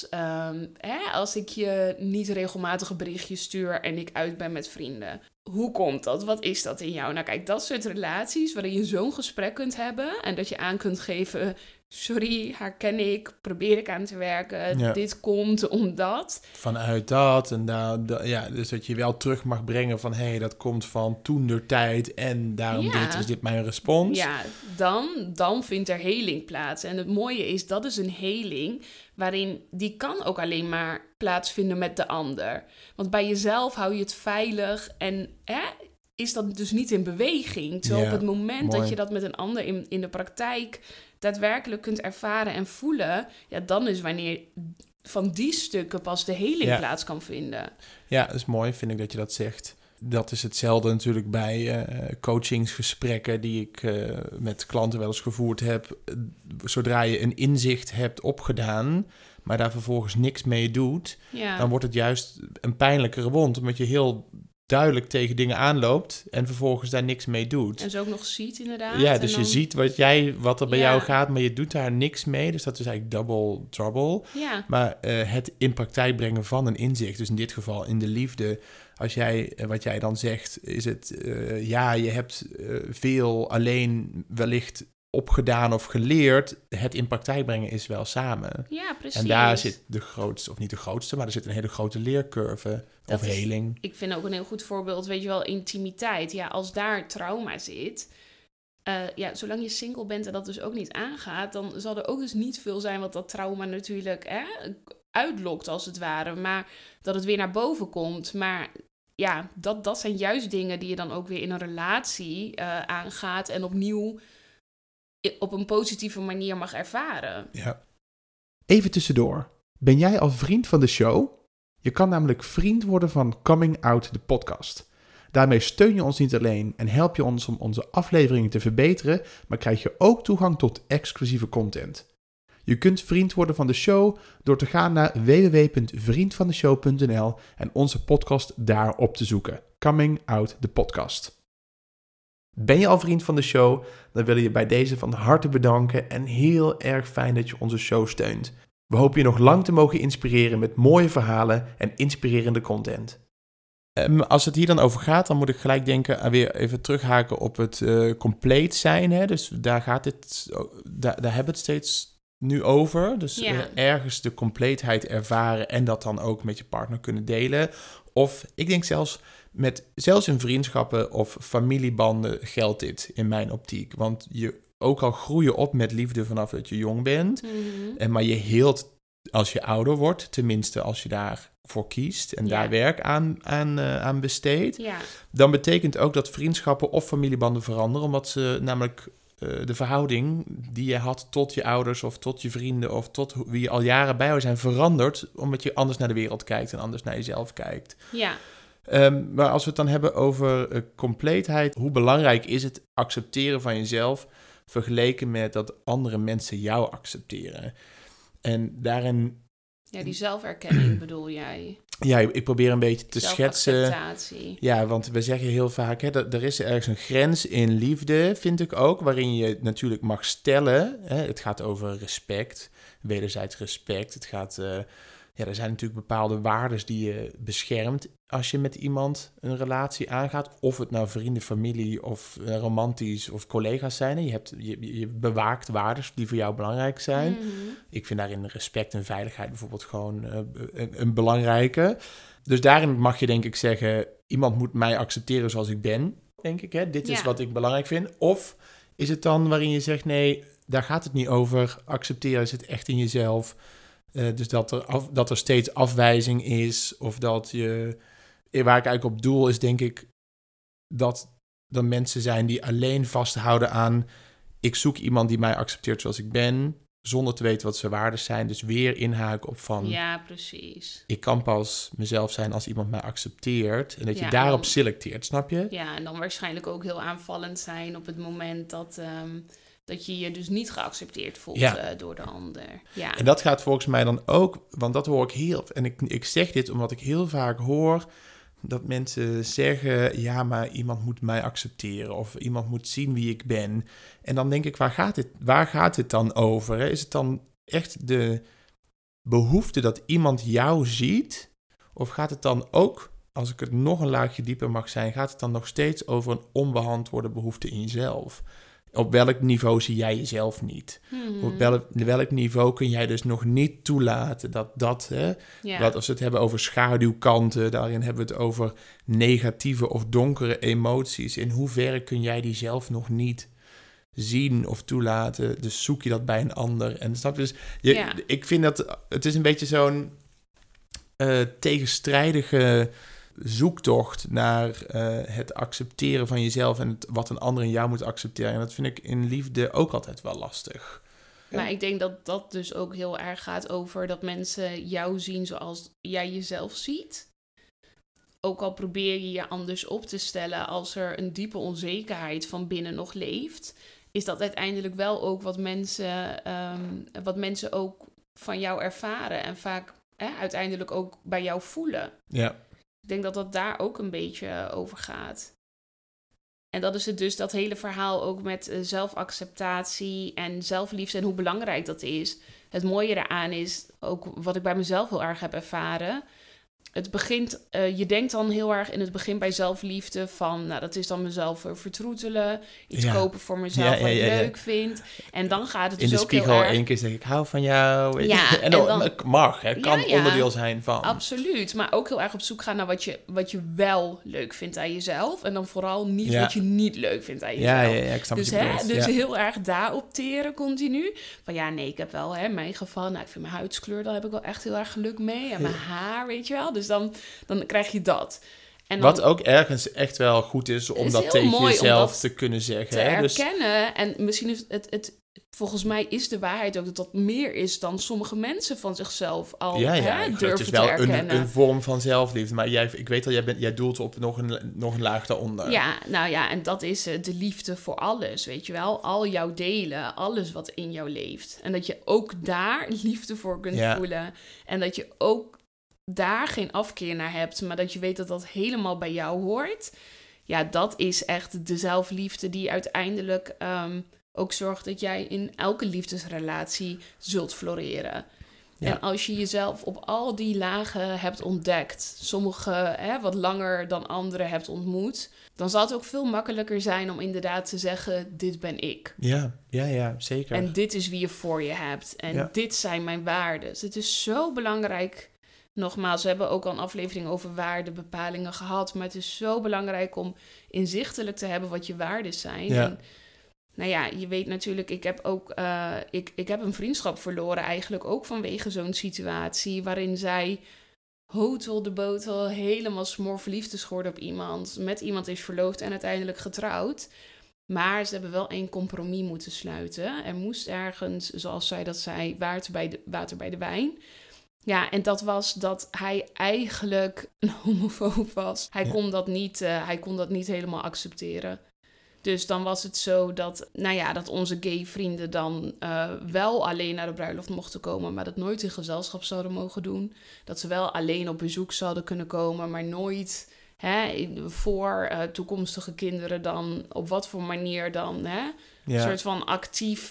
als ik je niet regelmatig berichtjes stuur en ik uit ben met vrienden. Hoe komt dat? Wat is dat in jou? Nou kijk, dat soort relaties waarin je zo'n gesprek kunt hebben en dat je aan kunt geven, sorry, herken ik, probeer ik aan te werken, dit komt omdat. Vanuit dat en dus dat je wel terug mag brengen van, dat komt van toentertijd en daarom is dit mijn respons. Ja, dan vindt er heling plaats. En het mooie is, dat is een heling waarin die kan ook alleen maar plaatsvinden met de ander. Want bij jezelf hou je het veilig en is dat dus niet in beweging. Terwijl op het moment dat je dat met een ander in de praktijk daadwerkelijk kunt ervaren en voelen, dan is wanneer van die stukken pas de heling plaats kan vinden. Ja, dat is mooi, vind ik dat je dat zegt. Dat is hetzelfde natuurlijk bij coachingsgesprekken die ik met klanten wel eens gevoerd heb. Zodra je een inzicht hebt opgedaan, maar daar vervolgens niks mee doet, dan wordt het juist een pijnlijkere wond, omdat je heel duidelijk tegen dingen aanloopt en vervolgens daar niks mee doet. En zo ook nog ziet inderdaad. Ja, dus je ziet wat er bij jou gaat, maar je doet daar niks mee. Dus dat is eigenlijk double trouble. Ja. Maar het in praktijk brengen van een inzicht, dus in dit geval in de liefde, wat jij dan zegt, is het, je hebt veel alleen wellicht opgedaan of geleerd. Het in praktijk brengen is wel samen. Ja, precies. En daar zit de grootste, of niet de grootste, maar er zit een hele grote leercurve of heling. Ik vind ook een heel goed voorbeeld, weet je wel, intimiteit. Ja, als daar trauma zit, zolang je single bent en dat dus ook niet aangaat, dan zal er ook dus niet veel zijn wat dat trauma natuurlijk uitlokt als het ware. Maar dat het weer naar boven komt. Maar ja, dat zijn juist dingen die je dan ook weer in een relatie aangaat en opnieuw op een positieve manier mag ervaren. Ja. Even tussendoor. Ben jij al vriend van de show? Je kan namelijk vriend worden van Coming Out, de podcast. Daarmee steun je ons niet alleen en help je ons om onze afleveringen te verbeteren, maar krijg je ook toegang tot exclusieve content. Je kunt vriend worden van de show door te gaan naar www.vriendvandeshow.nl en onze podcast daar op te zoeken. Coming Out, de podcast. Ben je al vriend van de show? Dan willen je bij deze van harte bedanken en heel erg fijn dat je onze show steunt. We hopen je nog lang te mogen inspireren met mooie verhalen en inspirerende content. Als het hier dan over gaat, dan moet ik gelijk denken aan weer even terughaken op het compleet zijn. Hè? Dus daar hebben we het steeds nu over. Dus ergens de compleetheid ervaren en dat dan ook met je partner kunnen delen. Of ik denk zelfs in vriendschappen of familiebanden geldt dit in mijn optiek. Want je ook al groeien op met liefde vanaf dat je jong bent. Mm-hmm. Maar je heelt als je ouder wordt, tenminste als je daarvoor kiest en daar werk aan besteedt. Ja. Dan betekent ook dat vriendschappen of familiebanden veranderen, omdat ze namelijk de verhouding die je had tot je ouders of tot je vrienden of tot wie je al jaren bij jou zijn verandert, omdat je anders naar de wereld kijkt en anders naar jezelf kijkt. Ja. Maar als we het dan hebben over compleetheid, hoe belangrijk is het accepteren van jezelf vergeleken met dat andere mensen jou accepteren? En daarin... Ja, die zelferkenning bedoel jij? Ja, ik probeer een beetje te schetsen. Zelfacceptatie. Ja, want we zeggen heel vaak, hè, dat er is ergens een grens in liefde, vind ik ook, waarin je natuurlijk mag stellen. Hè, het gaat over respect, wederzijds respect. Het gaat, er zijn natuurlijk bepaalde waarden die je beschermt als je met iemand een relatie aangaat. Of het nou vrienden, familie of romantisch of collega's zijn. Hè. Je bewaakt waarden die voor jou belangrijk zijn. Mm-hmm. Ik vind daarin respect en veiligheid bijvoorbeeld gewoon een belangrijke. Dus daarin mag je denk ik zeggen, iemand moet mij accepteren zoals ik ben, denk ik. Hè? Dit is wat ik belangrijk vind. Of is het dan waarin je zegt, nee, daar gaat het niet over. Accepteren zit echt in jezelf. Dus dat er steeds afwijzing is. Of dat je... Waar ik eigenlijk op doel is, denk ik, dat er mensen zijn die alleen vasthouden aan... Ik zoek iemand die mij accepteert zoals ik ben, zonder te weten wat zijn waarden zijn. Dus weer inhaken op van... Ja, precies. Ik kan pas mezelf zijn als iemand mij accepteert. En dat je daarop selecteert, snap je? Ja, en dan waarschijnlijk ook heel aanvallend zijn op het moment dat je je dus niet geaccepteerd voelt door de ander. Ja. En dat gaat volgens mij dan ook, want dat hoor ik heel... En ik zeg dit omdat ik heel vaak hoor dat mensen zeggen... Ja, maar iemand moet mij accepteren of iemand moet zien wie ik ben. En dan denk ik, waar gaat het dan over? Hè? Is het dan echt de behoefte dat iemand jou ziet? Of gaat het dan ook, als ik het nog een laagje dieper mag zijn... gaat het dan nog steeds over een onbeantwoorde behoefte in jezelf? Op welk niveau zie jij jezelf niet? Mm-hmm. Op welk niveau kun jij dus nog niet toelaten dat wat als we het hebben over schaduwkanten, daarin hebben we het over negatieve of donkere emoties. In hoeverre kun jij die zelf nog niet zien of toelaten? Dus zoek je dat bij een ander. En snap je dus, ik vind dat het is een beetje zo'n tegenstrijdige zoektocht naar het accepteren van jezelf en wat een ander in jou moet accepteren. En dat vind ik in liefde ook altijd wel lastig. Maar ik denk dat dat dus ook heel erg gaat over dat mensen jou zien zoals jij jezelf ziet. Ook al probeer je je anders op te stellen als er een diepe onzekerheid van binnen nog leeft, is dat uiteindelijk wel ook wat mensen ook van jou ervaren en vaak uiteindelijk ook bij jou voelen. Ja. Ik denk dat dat daar ook een beetje over gaat. En dat is het dus, dat hele verhaal ook met zelfacceptatie en zelfliefde en hoe belangrijk dat is. Het mooie daaraan is, ook wat ik bij mezelf heel erg heb ervaren. Het begint, je denkt dan heel erg in het begin bij zelfliefde van, nou dat is dan mezelf vertroetelen, iets kopen voor mezelf wat ik leuk vind. En dan gaat het dus ook heel erg... In de spiegel 1 keer zeg ik hou van jou. Ja, en dan het mag, het kan onderdeel zijn van. Absoluut, maar ook heel erg op zoek gaan naar wat je wel leuk vindt aan jezelf. En dan vooral niet wat je niet leuk vindt aan jezelf. Ja, ik snap dus wat je bedoelt. Dus heel erg daarop teren continu. Van ik heb wel in mijn geval, ik vind mijn huidskleur, daar heb ik wel echt heel erg geluk mee. En mijn haar, weet je wel. Dus dan krijg je dat. En dan, wat ook ergens echt wel goed is om dat tegen jezelf te kunnen zeggen. Te erkennen. En misschien is het volgens mij is de waarheid ook dat meer is dan sommige mensen van zichzelf al durven te erkennen. Het is wel een vorm van zelfliefde. Maar ik weet al, jij doelt op nog een laag daaronder. Ja, nou ja, en dat is de liefde voor alles, weet je wel. Al jouw delen, alles wat in jou leeft. En dat je ook daar liefde voor kunt voelen. En dat je ook daar geen afkeer naar hebt, maar dat je weet dat dat helemaal bij jou hoort. Ja, dat is echt de zelfliefde die uiteindelijk ook zorgt dat jij in elke liefdesrelatie zult floreren. Ja. En als je jezelf op al die lagen hebt ontdekt, sommige wat langer dan anderen hebt ontmoet, dan zal het ook veel makkelijker zijn om inderdaad te zeggen, dit ben ik. Ja, zeker. En dit is wie je voor je hebt. En dit zijn mijn waarden. Dus het is zo belangrijk. Nogmaals, we hebben ook al een aflevering over waardebepalingen gehad. Maar het is zo belangrijk om inzichtelijk te hebben wat je waarden zijn. Ja. En, nou ja, je weet natuurlijk, ik heb ook ik heb een vriendschap verloren eigenlijk ook vanwege zo'n situatie waarin zij hotel de botel helemaal smoorverliefd is geworden op iemand. Met iemand is verloofd en uiteindelijk getrouwd. Maar ze hebben wel een compromis moeten sluiten. Er moest ergens, zoals zij dat zei, water bij de wijn. Ja, en dat was dat hij eigenlijk een homofoob was. Hij kon dat niet helemaal accepteren. Dus dan was het zo dat, dat onze gay vrienden dan wel alleen naar de bruiloft mochten komen, maar dat nooit in gezelschap zouden mogen doen. Dat ze wel alleen op bezoek zouden kunnen komen, maar nooit voor toekomstige kinderen dan, op wat voor manier dan, een soort van actief.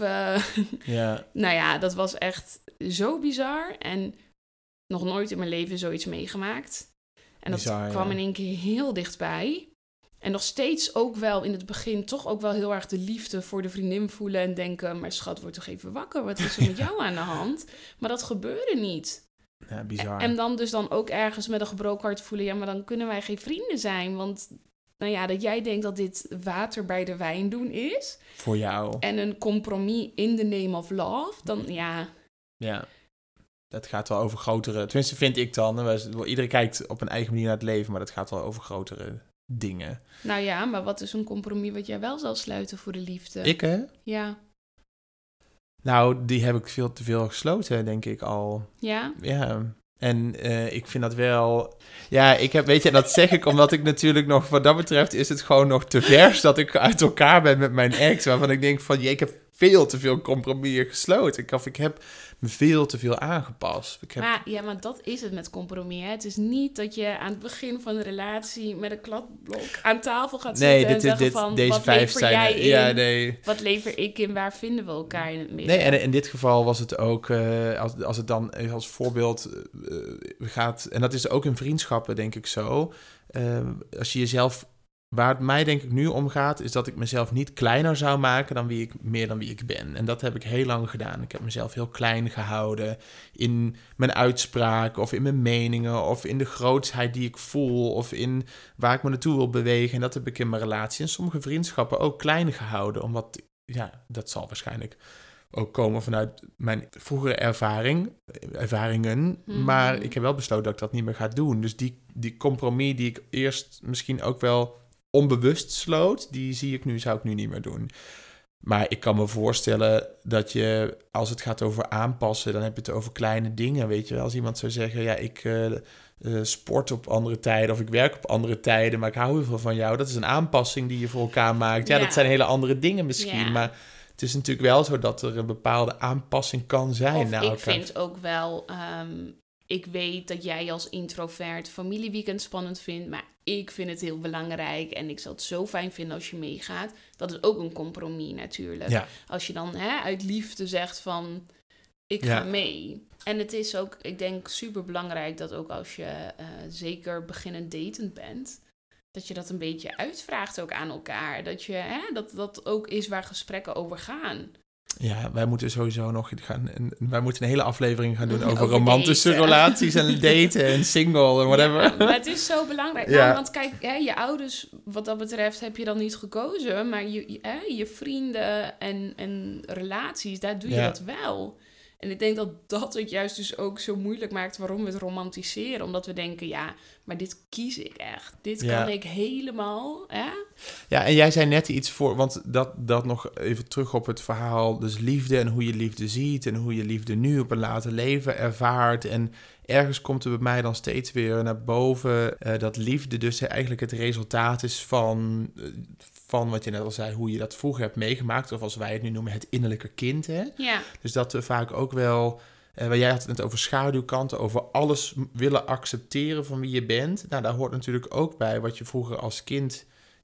Dat was echt zo bizar en nog nooit in mijn leven zoiets meegemaakt. En dat kwam in één keer heel dichtbij. En nog steeds ook wel in het begin toch ook wel heel erg de liefde voor de vriendin voelen en denken, maar schat, word toch even wakker, wat is er met jou aan de hand? Maar dat gebeurde niet. Ja, bizar. En dan ook ergens met een gebroken hart voelen, ja, maar dan kunnen wij geen vrienden zijn, want dat jij denkt dat dit water bij de wijn doen is. Voor jou. En een compromis in the name of love, dan ja. Ja. Dat gaat wel over grotere, tenminste vind ik dan. Iedereen kijkt op een eigen manier naar het leven, maar dat gaat wel over grotere dingen. Nou ja, maar wat is een compromis wat jij wel zal sluiten voor de liefde? Ik, hè? Ja. Nou, die heb ik veel te veel gesloten, denk ik al. Ja? Ja. En ik vind dat wel... Ja, dat zeg ik omdat ik natuurlijk nog... Wat dat betreft is het gewoon nog te vers dat ik uit elkaar ben met mijn ex. Waarvan ik denk van, ik heb veel te veel compromissen gesloten. Ik heb me veel te veel aangepast. Maar dat is het met compromis. Hè? Het is niet dat je aan het begin van een relatie met een kladblok aan tafel gaat zitten en zeggen van, wat lever jij in? Ja, nee. Wat lever ik in? Waar vinden we elkaar in het midden? Nee, en in dit geval was het ook, als het dan als voorbeeld gaat, en dat is ook in vriendschappen denk ik zo, als je jezelf... Waar het mij denk ik nu om gaat, is dat ik mezelf niet kleiner zou maken dan meer dan wie ik ben. En dat heb ik heel lang gedaan. Ik heb mezelf heel klein gehouden in mijn uitspraken of in mijn meningen of in de grootsheid die ik voel of in waar ik me naartoe wil bewegen. En dat heb ik in mijn relatie en sommige vriendschappen ook klein gehouden. Omdat, dat zal waarschijnlijk ook komen vanuit mijn vroegere ervaringen. Mm-hmm. Maar ik heb wel besloten dat ik dat niet meer ga doen. Dus die compromis die ik eerst misschien ook wel onbewust sloot, zou ik nu niet meer doen. Maar ik kan me voorstellen dat je, als het gaat over aanpassen, dan heb je het over kleine dingen, weet je wel. Als iemand zou zeggen, ik sport op andere tijden of ik werk op andere tijden, maar ik hou heel veel van jou. Dat is een aanpassing die je voor elkaar maakt. Ja, dat zijn hele andere dingen misschien, maar het is natuurlijk wel zo dat er een bepaalde aanpassing kan zijn. Ik vind ook wel... ik weet dat jij als introvert familieweekend spannend vindt, maar ik vind het heel belangrijk en ik zou het zo fijn vinden als je meegaat. Dat is ook een compromis natuurlijk. Ja. Als je dan uit liefde zegt van, ik ga mee. En het is ook, ik denk, super belangrijk dat ook als je zeker beginnend datend bent, dat je dat een beetje uitvraagt ook aan elkaar. Dat ook is waar gesprekken over gaan. Ja, wij moeten sowieso nog wij moeten een hele aflevering gaan doen over romantische relaties en daten en single en whatever. Ja, maar het is zo belangrijk. Ja. Want kijk, je ouders, wat dat betreft, heb je dan niet gekozen. Maar je vrienden en relaties, daar doe je dat wel. En ik denk dat het juist dus ook zo moeilijk maakt waarom we het romantiseren. Omdat we denken, maar dit kies ik echt. Dit kan ik helemaal. Hè? Ja, en jij zei net iets voor, want dat nog even terug op het verhaal. Dus liefde en hoe je liefde ziet en hoe je liefde nu op een later leven ervaart. En ergens komt er bij mij dan steeds weer naar boven dat liefde dus eigenlijk het resultaat is van wat je net al zei, hoe je dat vroeger hebt meegemaakt. Of als wij het nu noemen, het innerlijke kind. Hè? Ja. Dus dat we vaak ook wel... waar jij had het net over schaduwkanten, over alles willen accepteren van wie je bent. Nou, daar hoort natuurlijk ook bij wat je vroeger als kind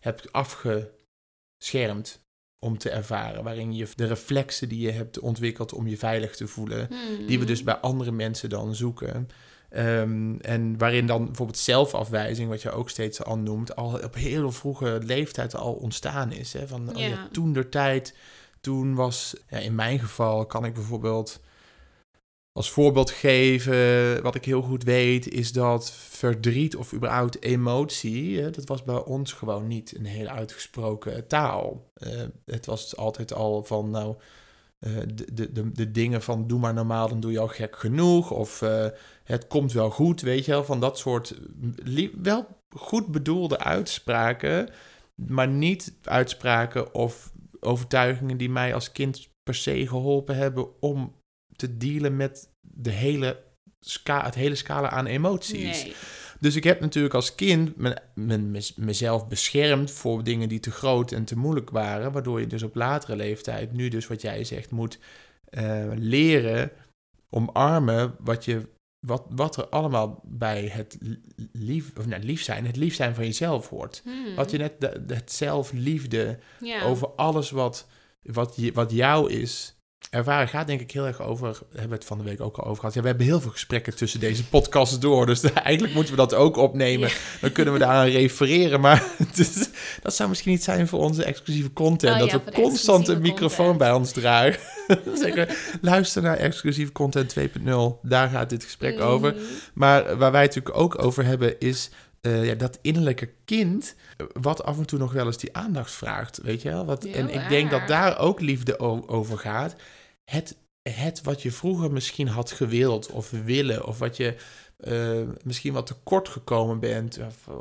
hebt afgeschermd om te ervaren. Waarin je de reflexen die je hebt ontwikkeld om je veilig te voelen, die we dus bij andere mensen dan zoeken. En waarin dan bijvoorbeeld zelfafwijzing, wat je ook steeds al noemt, al op heel vroege leeftijd al ontstaan is. Hè? Van toentertijd, toen was, in mijn geval kan ik bijvoorbeeld als voorbeeld geven, wat ik heel goed weet, is dat verdriet of überhaupt emotie, dat was bij ons gewoon niet een heel uitgesproken taal. Het was altijd al van, de dingen van doe maar normaal, dan doe je al gek genoeg. Of het komt wel goed, weet je wel. Van dat soort wel goed bedoelde uitspraken, maar niet uitspraken of overtuigingen die mij als kind per se geholpen hebben om te dealen met het hele scala aan emoties. Nee. Dus ik heb natuurlijk als kind mezelf beschermd voor dingen die te groot en te moeilijk waren, waardoor je dus op latere leeftijd, nu dus wat jij zegt, moet leren omarmen wat er allemaal bij het lief zijn van jezelf hoort. Wat je net, het zelfliefde over alles wat jou is, ervaren gaat denk ik heel erg over, hebben we het van de week ook al over gehad. Ja, we hebben heel veel gesprekken tussen deze podcasts door, dus eigenlijk moeten we dat ook opnemen. Ja. Dan kunnen we daaraan refereren, maar dat zou misschien niet zijn voor onze exclusieve content, dat we constant een microfoon bij ons dragen. Zeker, luister naar exclusieve content 2.0, daar gaat dit gesprek over. Maar waar wij het natuurlijk ook over hebben is dat innerlijke kind, wat af en toe nog wel eens die aandacht vraagt, weet je wel? En ik denk dat daar ook liefde over gaat. Het wat je vroeger misschien had gewild of willen, of wat je misschien wat tekort gekomen bent,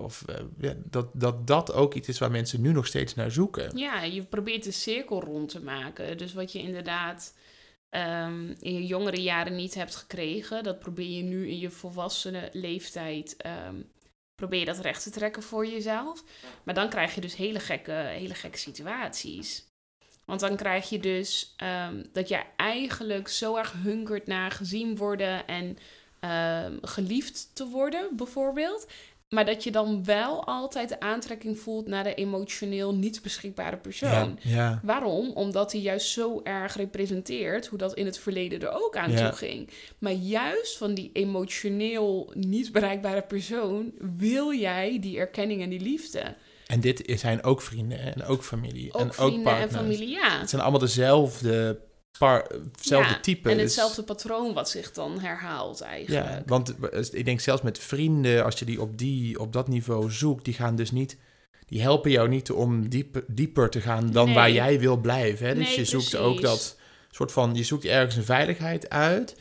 dat ook iets is waar mensen nu nog steeds naar zoeken. Ja, je probeert de cirkel rond te maken. Dus wat je inderdaad in je jongere jaren niet hebt gekregen, dat probeer je nu in je volwassene leeftijd probeer je dat recht te trekken voor jezelf. Maar dan krijg je dus hele gekke situaties. Want dan krijg je dus dat je eigenlijk zo erg hunkert naar gezien worden en geliefd te worden, bijvoorbeeld. Maar dat je dan wel altijd de aantrekking voelt naar de emotioneel niet beschikbare persoon. Ja. Waarom? Omdat hij juist zo erg representeert hoe dat in het verleden er ook aan toe ging. Maar juist van die emotioneel niet bereikbare persoon wil jij die erkenning en die liefde. En dit zijn ook vrienden en ook familie. Ook vrienden en familie, ja. Het zijn allemaal dezelfde type. En hetzelfde patroon wat zich dan herhaalt eigenlijk. Ja, want ik denk zelfs met vrienden, als je die op dat niveau zoekt, die helpen jou niet om dieper te gaan dan waar jij wil blijven. Hè? Dus je zoekt ook dat soort van, je zoekt ergens een veiligheid uit,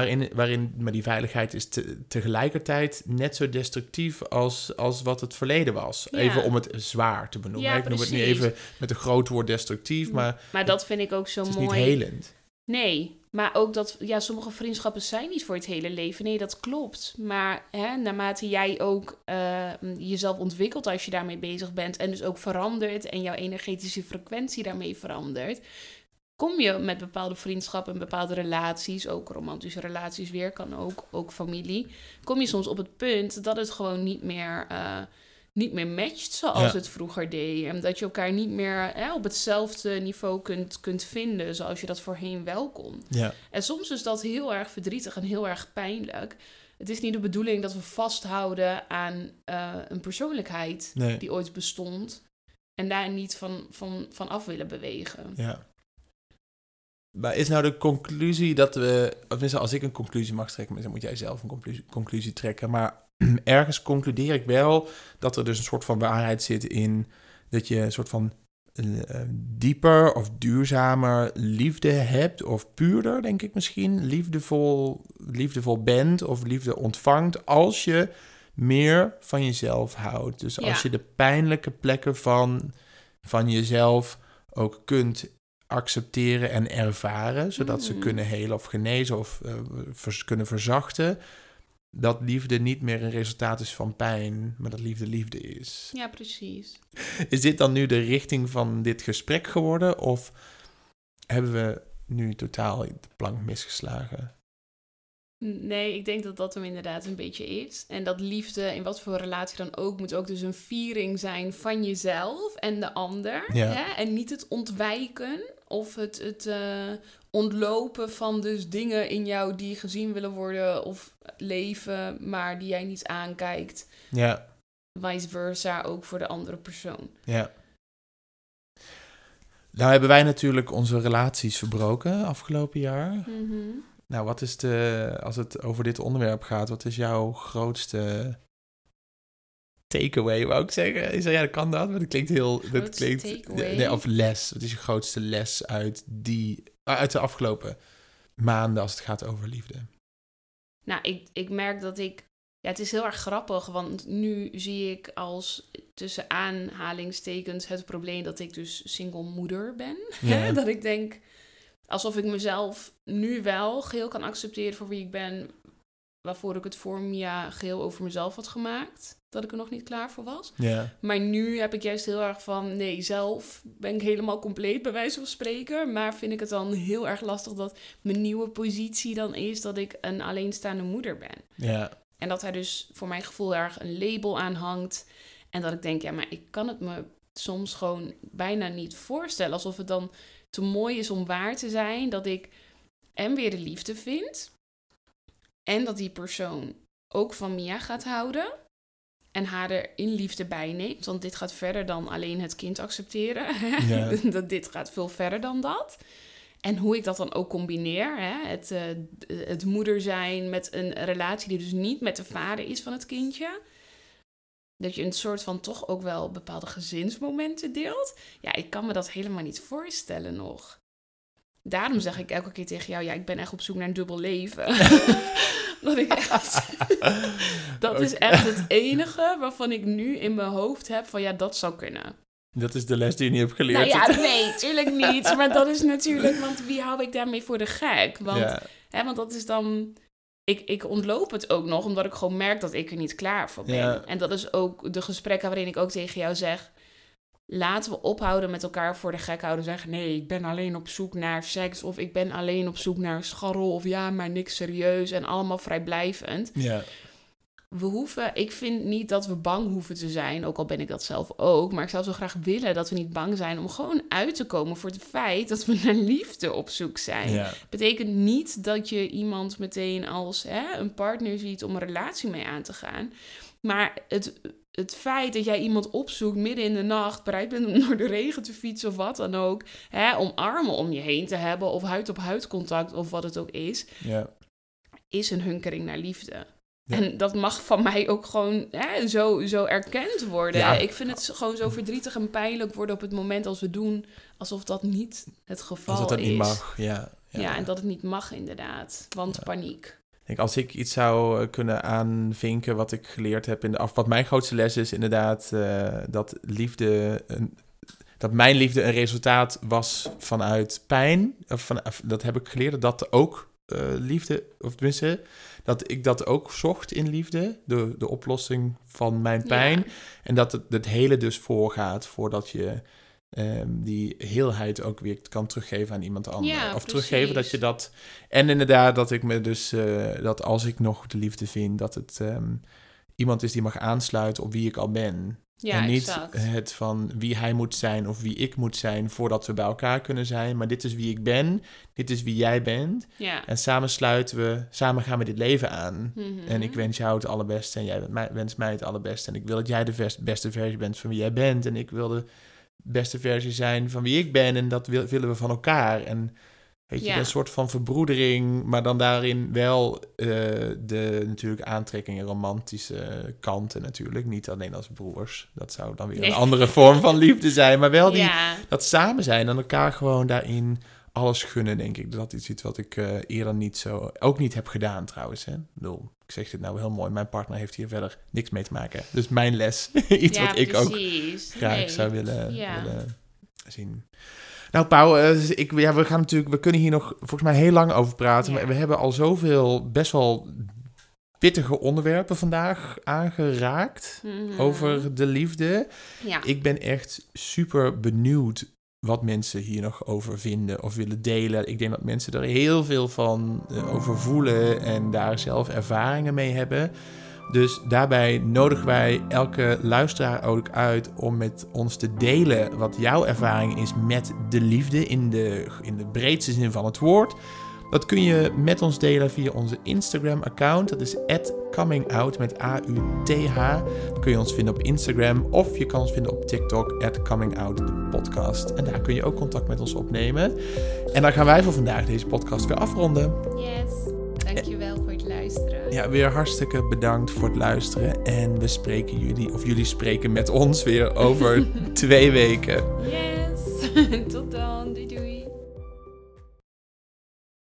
maar die veiligheid is tegelijkertijd net zo destructief als wat het verleden was. Ja. Even om het zwaar te benoemen. Ja, ik noem het nu even met een groot woord destructief, maar dat vind ik ook zo mooi. Het is niet helend. Nee, maar ook dat, sommige vriendschappen zijn niet voor het hele leven. Nee, dat klopt. Maar naarmate jij ook jezelf ontwikkelt als je daarmee bezig bent en dus ook verandert en jouw energetische frequentie daarmee verandert, kom je met bepaalde vriendschappen en bepaalde relaties, ook romantische relaties weer, kan ook familie, kom je soms op het punt dat het gewoon niet meer matcht zoals het vroeger deed. En dat je elkaar niet meer op hetzelfde niveau kunt vinden zoals je dat voorheen wel kon. Ja. En soms is dat heel erg verdrietig en heel erg pijnlijk. Het is niet de bedoeling dat we vasthouden aan een persoonlijkheid die ooit bestond en daar niet van af willen bewegen. Ja. Maar is nou de conclusie dat we, of als ik een conclusie mag trekken, dan moet jij zelf een conclusie trekken, maar ergens concludeer ik wel dat er dus een soort van waarheid zit in dat je een soort van dieper of duurzamer liefde hebt, of puurder, denk ik misschien, liefdevol bent of liefde ontvangt als je meer van jezelf houdt. Dus als je de pijnlijke plekken van jezelf ook kunt accepteren en ervaren, zodat ze kunnen helen of genezen of kunnen verzachten, dat liefde niet meer een resultaat is van pijn, maar dat liefde is. Ja, precies. Is dit dan nu de richting van dit gesprek geworden, of hebben we nu totaal de plank misgeslagen? Nee, ik denk dat dat hem inderdaad een beetje is. En dat liefde, in wat voor relatie dan ook, moet ook dus een viering zijn van jezelf en de ander. Ja. Hè? En niet het ontwijken of het ontlopen van dus dingen in jou die gezien willen worden of leven, maar die jij niet aankijkt. Ja. Vice versa, ook voor de andere persoon. Ja. Nou hebben wij natuurlijk onze relaties verbroken afgelopen jaar. Mm-hmm. Nou, wat is als het over dit onderwerp gaat, wat is jouw grootste takeaway, wou ik zeggen? Ja, dat kan dat, maar dat klinkt heel... Takeaway? Of les. Wat is je grootste les uit de afgelopen maanden als het gaat over liefde? Nou, ik merk dat ja, het is heel erg grappig, want nu zie ik als tussen aanhalingstekens het probleem dat ik dus single moeder ben. Ja. Dat ik denk, alsof ik mezelf nu wel geheel kan accepteren voor wie ik ben, waarvoor ik het voor Mia geheel over mezelf had gemaakt. Dat ik er nog niet klaar voor was. Ja. Maar nu heb ik juist heel erg van, nee, zelf ben ik helemaal compleet bij wijze van spreken. Maar vind ik het dan heel erg lastig dat mijn nieuwe positie dan is dat ik een alleenstaande moeder ben. Ja. En dat hij dus voor mijn gevoel erg een label aan hangt. En dat ik denk, ja, maar ik kan het me soms gewoon bijna niet voorstellen. Alsof het dan te mooi is om waar te zijn. Dat ik en weer de liefde vind. En dat die persoon ook van Mia gaat houden. En haar er in liefde bij neemt. Want dit gaat verder dan alleen het kind accepteren. Ja. Dit gaat veel verder dan dat. En hoe ik dat dan ook combineer. Hè? Het moeder zijn met een relatie die dus niet met de vader is van het kindje. Dat je een soort van toch ook wel bepaalde gezinsmomenten deelt. Ja, ik kan me dat helemaal niet voorstellen nog. Daarom zeg ik elke keer tegen jou, ja, ik ben echt op zoek naar een dubbel leven. Dat is echt het enige waarvan ik nu in mijn hoofd heb van, ja, dat zou kunnen. Dat is de les die je niet hebt geleerd. Nou ja, nee, tuurlijk niet. Maar dat is natuurlijk, want wie hou ik daarmee voor de gek? Want dat is dan... Ik ontloop het ook nog, omdat ik gewoon merk dat ik er niet klaar voor ben. Ja. En dat is ook de gesprekken waarin ik ook tegen jou zeg, laten we ophouden met elkaar voor de gek houden. Zeggen, nee, ik ben alleen op zoek naar seks. Of ik ben alleen op zoek naar scharrel. Of ja, maar niks serieus. En allemaal vrijblijvend. Ja. Ik vind niet dat we bang hoeven te zijn. Ook al ben ik dat zelf ook. Maar ik zou zo graag willen dat we niet bang zijn om gewoon uit te komen voor het feit dat we naar liefde op zoek zijn. Ja. Betekent niet dat je iemand meteen als een partner ziet om een relatie mee aan te gaan. Maar het feit dat jij iemand opzoekt midden in de nacht, bereid bent om door de regen te fietsen of wat dan ook, om armen om je heen te hebben of huid-op-huid contact of wat het ook is, is een hunkering naar liefde. Ja. En dat mag van mij ook gewoon zo erkend worden. Ja. Ik vind het gewoon zo verdrietig en pijnlijk worden op het moment als we doen alsof dat niet het geval is. Als dat niet mag, ja. Ja, en dat het niet mag inderdaad, want paniek. Als ik iets zou kunnen aanvinken wat ik geleerd heb wat mijn grootste les is, inderdaad, dat mijn liefde een resultaat was vanuit pijn. Dat heb ik geleerd, dat ook liefde, of tenminste, dat ik dat ook zocht in liefde, de oplossing van mijn pijn. Ja. En dat het hele dus voorgaat voordat je die heelheid ook weer kan teruggeven aan iemand anders. Ja, of precies. Teruggeven dat je dat... En inderdaad dat ik me dus... dat als ik nog de liefde vind, dat het iemand is die mag aansluiten op wie ik al ben. Ja, en niet exact. Het van wie hij moet zijn of wie ik moet zijn voordat we bij elkaar kunnen zijn. Maar dit is wie ik ben, dit is wie jij bent. Ja. En samen gaan we dit leven aan. Mm-hmm. En ik wens jou het allerbeste en jij wenst mij het allerbeste. En ik wil dat jij de beste versie bent van wie jij bent. En ik wil de beste versie zijn van wie ik ben. En dat willen we van elkaar. En weet je, een soort van verbroedering, maar dan daarin wel de natuurlijk aantrekking en romantische kanten natuurlijk. Niet alleen als broers. Dat zou dan weer een andere vorm van liefde zijn. Maar wel dat samen zijn en elkaar gewoon daarin alles gunnen, denk ik. Dat is iets wat ik eerder ook niet heb gedaan trouwens. Hè? Ik zeg dit nou heel mooi. Mijn partner heeft hier verder niks mee te maken. Dus mijn les. Iets wat ik ook graag zou willen zien. Nou, Pauw, we kunnen hier nog volgens mij heel lang over praten. Maar we hebben al zoveel best wel pittige onderwerpen vandaag aangeraakt over de liefde. Ja. Ik ben echt super benieuwd wat mensen hier nog over vinden of willen delen. Ik denk dat mensen er heel veel van over voelen en daar zelf ervaringen mee hebben. Dus daarbij nodigen wij elke luisteraar ook uit om met ons te delen wat jouw ervaring is met de liefde in de breedste zin van het woord. Dat kun je met ons delen via onze Instagram-account. Dat is @comingout met AUTH. Dan kun je ons vinden op Instagram of je kan ons vinden op TikTok @comingout de podcast. En daar kun je ook contact met ons opnemen. En dan gaan wij voor vandaag deze podcast weer afronden. Yes, dankjewel voor het luisteren. Ja, weer hartstikke bedankt voor het luisteren. En we spreken jullie, of jullie spreken met ons weer over 2 weken. Yes, tot dan. Doei doei.